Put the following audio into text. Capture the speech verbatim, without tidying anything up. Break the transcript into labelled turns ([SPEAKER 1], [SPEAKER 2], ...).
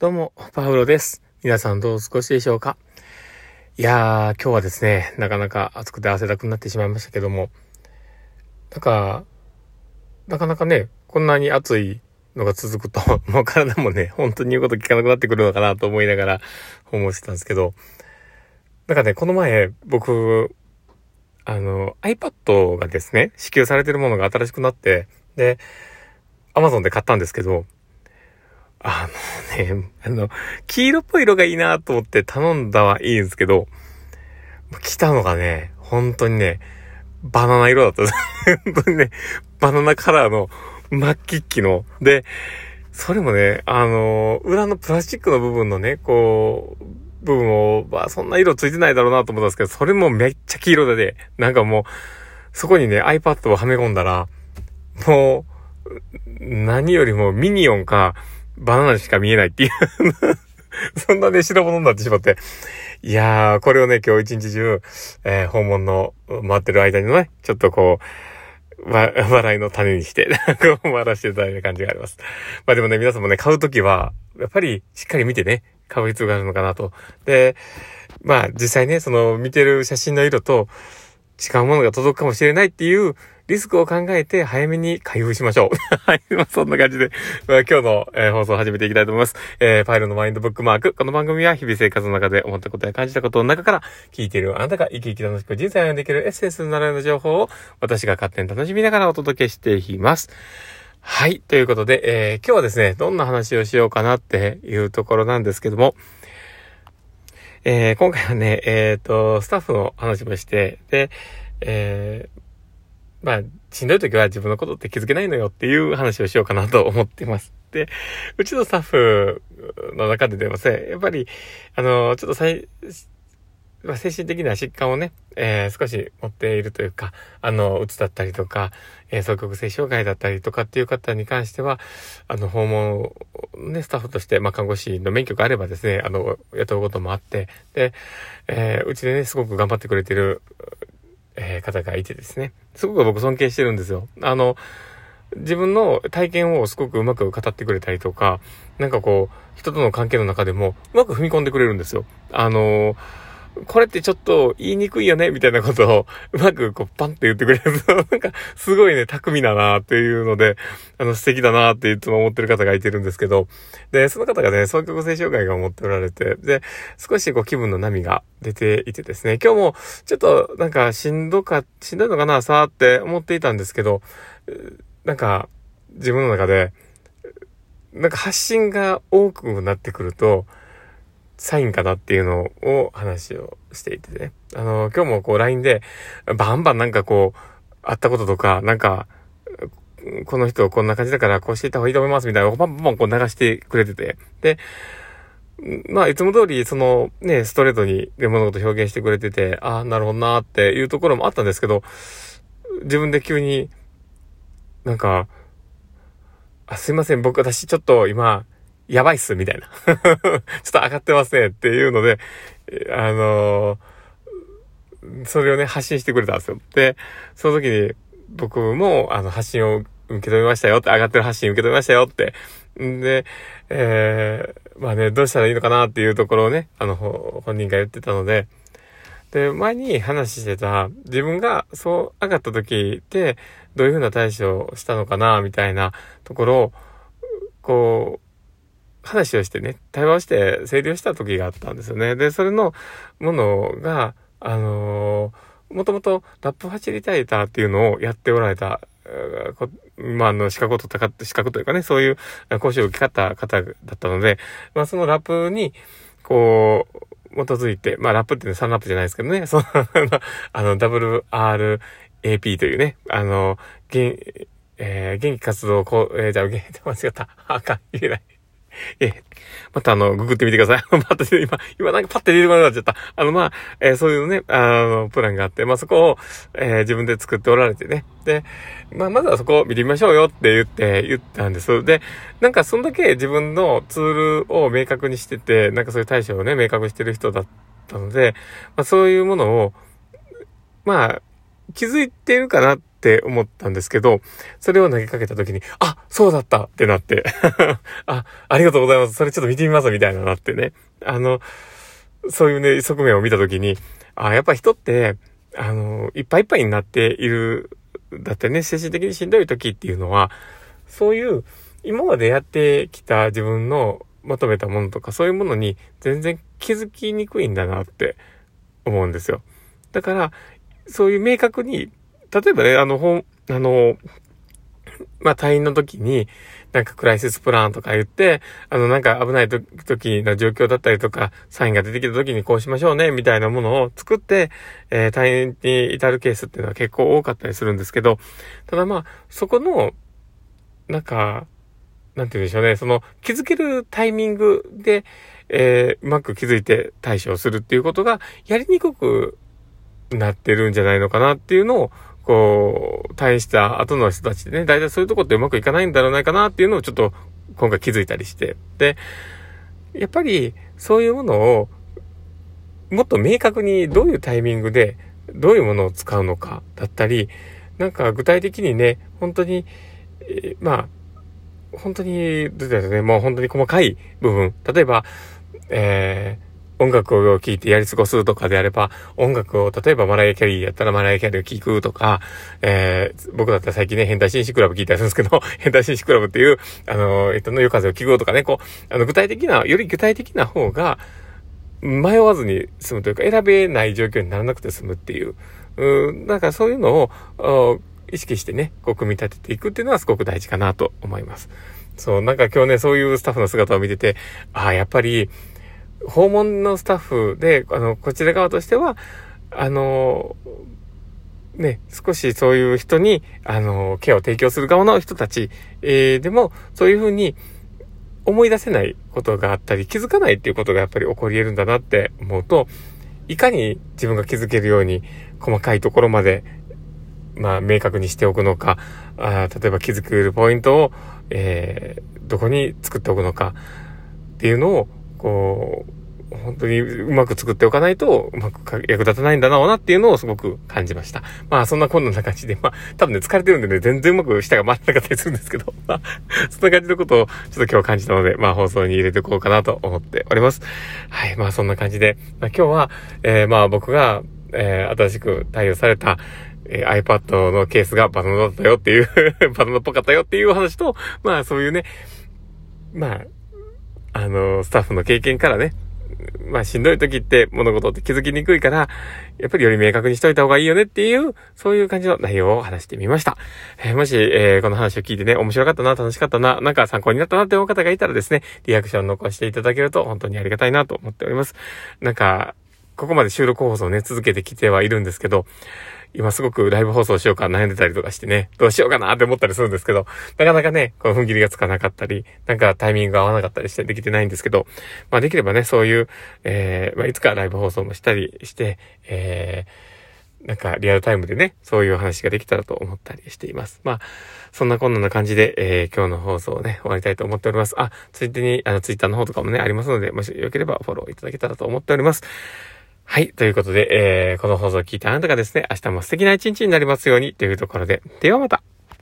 [SPEAKER 1] どうも、パウロです。皆さんどうお過ごしでしょうか？いやー、今日はですね、なかなか暑くて汗だくになってしまいましたけども、なんか、なかなかね、こんなに暑いのが続くと、もう体もね、本当に言うこと聞かなくなってくるのかなと思いながら思ってたんですけど、なんかね、この前、僕、あの、iPad がですね、支給されてるものが新しくなって、で、Amazon で買ったんですけど、あのね、あの、黄色っぽい色がいいなと思って頼んだはいいんですけど、来たのがね、本当にね、バナナ色だった。本当にね、バナナカラーの真っ黄々の。で、それもね、あの、裏のプラスチックの部分のね、こう、部分を、まあ、そんな色ついてないだろうなと思ったんですけど、それもめっちゃ黄色でね、なんかもう、そこにね、iPad をはめ込んだら、もう、何よりもミニオンか、バナナしか見えないっていうそんなね、白物になってしまって。いやー、これをね、今日一日中、えー、訪問の回ってる間にね、ちょっとこう、わ、笑いの種にして、こう回らせていただいた感じがあります。まあでもね、皆さんもね、買うときは、やっぱりしっかり見てね、買う必要があるのかなと。で、まあ実際ね、その見てる写真の色と違うものが届くかもしれないっていうリスクを考えて早めに開封しましょう。はい。まあ、そんな感じで、まあ、今日の、えー、放送を始めていきたいと思います。えー、パイルのマインドブックマーク。この番組は日々生活の中で思ったことや感じたことの中から聞いているあなたが生き生き楽しく人生を歩んでいけるエッセンスになるような情報を私が勝手に楽しみながらお届けしています。はい。ということで、えー、今日はですね、どんな話をしようかなっていうところなんですけども、えー、今回はね、えっと、スタッフの話もして、で、えー、まあ、しんどい時は自分のことって気づけないのよっていう話をしようかなと思ってます。で、うちのスタッフの中でですね、やっぱり、あの、ちょっと最、まあ、精神的な疾患をね、えー、少し持っているというか、あの、うつだったりとか、えー、双極性障害だったりとかっていう方に関しては、あの、訪問ね、スタッフとして、まあ、看護師の免許があればですね、あの、雇うこともあって、で、えー、うちでね、すごく頑張ってくれてる、えー、方がいてですね、すごく僕尊敬してるんですよ。あの、自分の体験をすごくうまく語ってくれたりとか、なんかこう、人との関係の中でもうまく踏み込んでくれるんですよ。あの、これってちょっと言いにくいよねみたいなことをうまくこうパンって言ってくれると、なんかすごいね、巧みだなっていうので、あの素敵だなっていつも思ってる方がいてるんですけど、で、その方がね、双極性障害が持っておられて、で、少しこう気分の波が出ていてですね、今日もちょっとなんかしんどか、しんどいのかなさーって思っていたんですけど、なんか自分の中で、なんか発信が多くなってくると、サインかなっていうのを話をしていてね。あの、今日もこう ライン でバンバンなんかこう、あったこととか、なんか、この人こんな感じだからこうしていった方がいいと思いますみたいなのをバンバンこう流してくれてて。で、まあいつも通りそのね、ストレートに物事表現してくれてて、ああ、なるほどなーっていうところもあったんですけど、自分で急になんか、あ、すいません、僕私ちょっと今、やばいっす、みたいな。ちょっと上がってますね、っていうので、あのー、それをね、発信してくれたんですよ。で、その時に、僕も、あの、発信を受け止めましたよって、上がってる発信受け止めましたよって。んで、えー、まあね、どうしたらいいのかなっていうところをね、あの、本人が言ってたので、で、前に話してた、自分がそう上がった時って、どういうふうな対処をしたのかな、みたいなところを、こう、話をしてね、対話をして整理をした時があったんですよね。で、それのものが、あのー、もともとラップファシリテーターっていうのをやっておられた、まあ、あの、資格を取ったか、資格というかね、そういう講習を受けた方だったので、まあ、そのラップに、こう、基づいて、まあ、ラップっていうのはさんラップじゃないですけどね、その、あの、ダブリューアールエーピー というね、あの、元、えー、元気活動、こう、えー、じゃあ、間違った。あかん、言えない。ええ、またあの、ググってみてください。また今、今なんかパッて出てこなくなっちゃった。あの、まあ、えー、そういうね、あの、プランがあって、まあそこを、えー、自分で作っておられてね。で、まあまずはそこを見てみましょうよって言って、言ったんです。で、なんかそんだけ自分のツールを明確にしてて、なんかそういう対処をね、明確にしてる人だったので、まあそういうものを、まあ、気づいてるかなっって思ったんですけど、それを投げかけた時に、あ、そうだったってなって、あ、ありがとうございます。それちょっと見てみますみたいななってね。あの、そういうね、側面を見た時に、あ、やっぱ人って、あの、いっぱいいっぱいになっている、だってね、精神的にしんどい時っていうのは、そういう今までやってきた自分のまとめたものとかそういうものに全然気づきにくいんだなって思うんですよ。だから、そういう明確に、例えばね、あの、ほん、あの、まあ、退院の時に、なんかクライシスプランとか言って、あの、なんか危ない時の状況だったりとか、サインが出てきた時にこうしましょうね、みたいなものを作って、えー、退院に至るケースっていうのは結構多かったりするんですけど、ただまあ、そこの、なんか、なんて言うんでしょうね、その気づけるタイミングで、えー、うまく気づいて対処をするっていうことがやりにくくなってるんじゃないのかなっていうのを、こう、退院した後の人たちでね、だいたいそういうとこってうまくいかないんだろうないかなっていうのをちょっと今回気づいたりして。で、やっぱりそういうものをもっと明確にどういうタイミングでどういうものを使うのかだったり、なんか具体的にね、本当に、えー、まあ、本当に、どうですね、もう本当に細かい部分。例えば、えー、音楽を聴いてやり過ごすとかであれば、音楽を、例えばマライア・キャリーやったらマライア・キャリーを聴くとか、えー、僕だったら最近ね、変態紳士クラブ聴いたりするんですけど、変態紳士クラブっていう、あの、えっと、の夜風を聴くとかね、こう、あの、具体的な、より具体的な方が、迷わずに済むというか、選べない状況にならなくて済むっていう、うーなんかそういうのを、意識してね、こう組み立てていくっていうのはすごく大事かなと思います。そう、なんか今日ね、そういうスタッフの姿を見てて、ああ、やっぱり、訪問のスタッフで、あの、こちら側としては、あの、ね、少しそういう人に、あの、ケアを提供する側の人たち、えー、でも、そういうふうに思い出せないことがあったり、気づかないっていうことがやっぱり起こり得るんだなって思うと、いかに自分が気づけるように、細かいところまで、まあ、明確にしておくのか、あ例えば気づけるポイントを、えー、どこに作っておくのかっていうのを、こう、本当にうまく作っておかないと、うまく役立たないんだろうなっていうのをすごく感じました。まあ、そんなこんな感じで、まあ、多分ね、疲れてるんでね、全然うまく舌が回らなかったりするんですけど、まあ、そんな感じのことをちょっと今日感じたので、まあ、放送に入れていこうかなと思っております。はい、まあ、そんな感じで、まあ、今日は、えー、まあ、僕が、えー、新しく対応された、えー、iPad のケースがバナナだったよっていうバナナっぽかったよっていう話と、まあそういうね、まあ、あのー、スタッフの経験からね、まあしんどい時って物事って気づきにくいから、やっぱりより明確にしといた方がいいよねっていう、そういう感じの内容を話してみました。えー、もし、えー、この話を聞いてね、面白かったな、楽しかったな、なんか参考になったなって思う方がいたらですね、リアクション残していただけると本当にありがたいなと思っております。なんか、ここまで収録放送をね、続けてきてはいるんですけど、今すごくライブ放送しようか悩んでたりとかしてね、どうしようかなって思ったりするんですけど、なかなかね、この踏ん切りがつかなかったり、なんかタイミングが合わなかったりしてできてないんですけど、まあできればね、そういう、えー、まあいつかライブ放送もしたりして、えー、なんかリアルタイムでね、そういう話ができたらと思ったりしています。まあ、そんなこんな感じで、えー、今日の放送をね、終わりたいと思っております。あ、ついでに、あの、ツイッターの方とかもね、ありますので、もしよければフォローいただけたらと思っております。はい。ということで、えー、この放送を聞いたあなたがですね、明日も素敵な一日になりますようにというところで、ではまた。